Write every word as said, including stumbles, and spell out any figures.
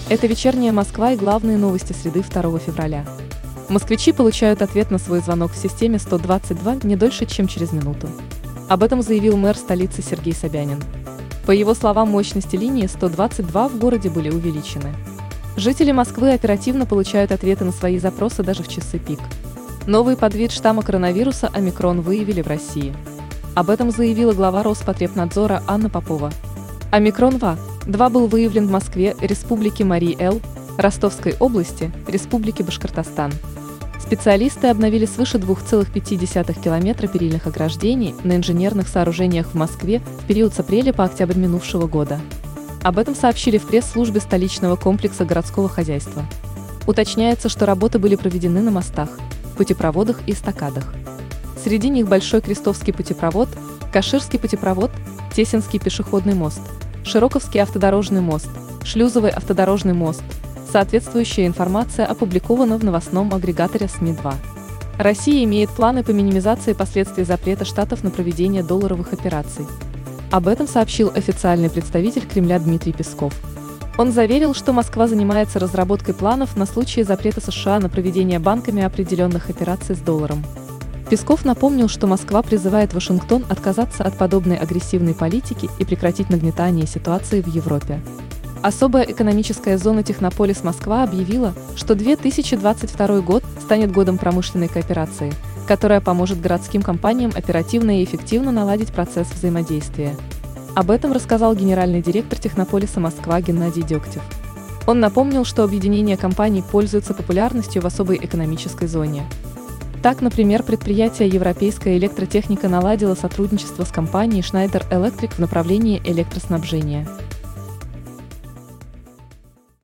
Это «Вечерняя Москва» и главные новости среды второго февраля. Москвичи получают ответ на свой звонок в системе сто двадцать два не дольше, чем через минуту. Об этом заявил мэр столицы Сергей Собянин. По его словам, мощности линии сто двадцать два в городе были увеличены. Жители Москвы оперативно получают ответы на свои запросы даже в часы пик. Новый подвид штамма коронавируса омикрон выявили в России. Об этом заявила глава Роспотребнадзора Анна Попова. Омикрон ва два был выявлен в Москве, Республике Марий-Эл, Ростовской области, Республике Башкортостан. Специалисты обновили свыше двух целых пяти десятых километра перильных ограждений на инженерных сооружениях в Москве в период с апреля по октябрь минувшего года. Об этом сообщили в пресс-службе столичного комплекса городского хозяйства. Уточняется, что работы были проведены на мостах, путепроводах и эстакадах. Среди них Большой Крестовский путепровод, Каширский путепровод, Тесинский пешеходный мост, Широковский автодорожный мост, Шлюзовый автодорожный мост. Соответствующая информация опубликована в новостном агрегаторе СМИ два. Россия имеет планы по минимизации последствий запрета Штатов на проведение долларовых операций. Об этом сообщил официальный представитель Кремля Дмитрий Песков. Он заверил, что Москва занимается разработкой планов на случай запрета США на проведение банками определенных операций с долларом. Песков напомнил, что Москва призывает Вашингтон отказаться от подобной агрессивной политики и прекратить нагнетание ситуации в Европе. Особая экономическая зона Технополис Москва объявила, что две тысячи двадцать второй год станет годом промышленной кооперации, которая поможет городским компаниям оперативно и эффективно наладить процесс взаимодействия. Об этом рассказал генеральный директор Технополиса Москва Геннадий Дегтев. Он напомнил, что объединение компаний пользуется популярностью в особой экономической зоне. Так, например, предприятие «Европейская электротехника» наладило сотрудничество с компанией Schneider Electric в направлении электроснабжения.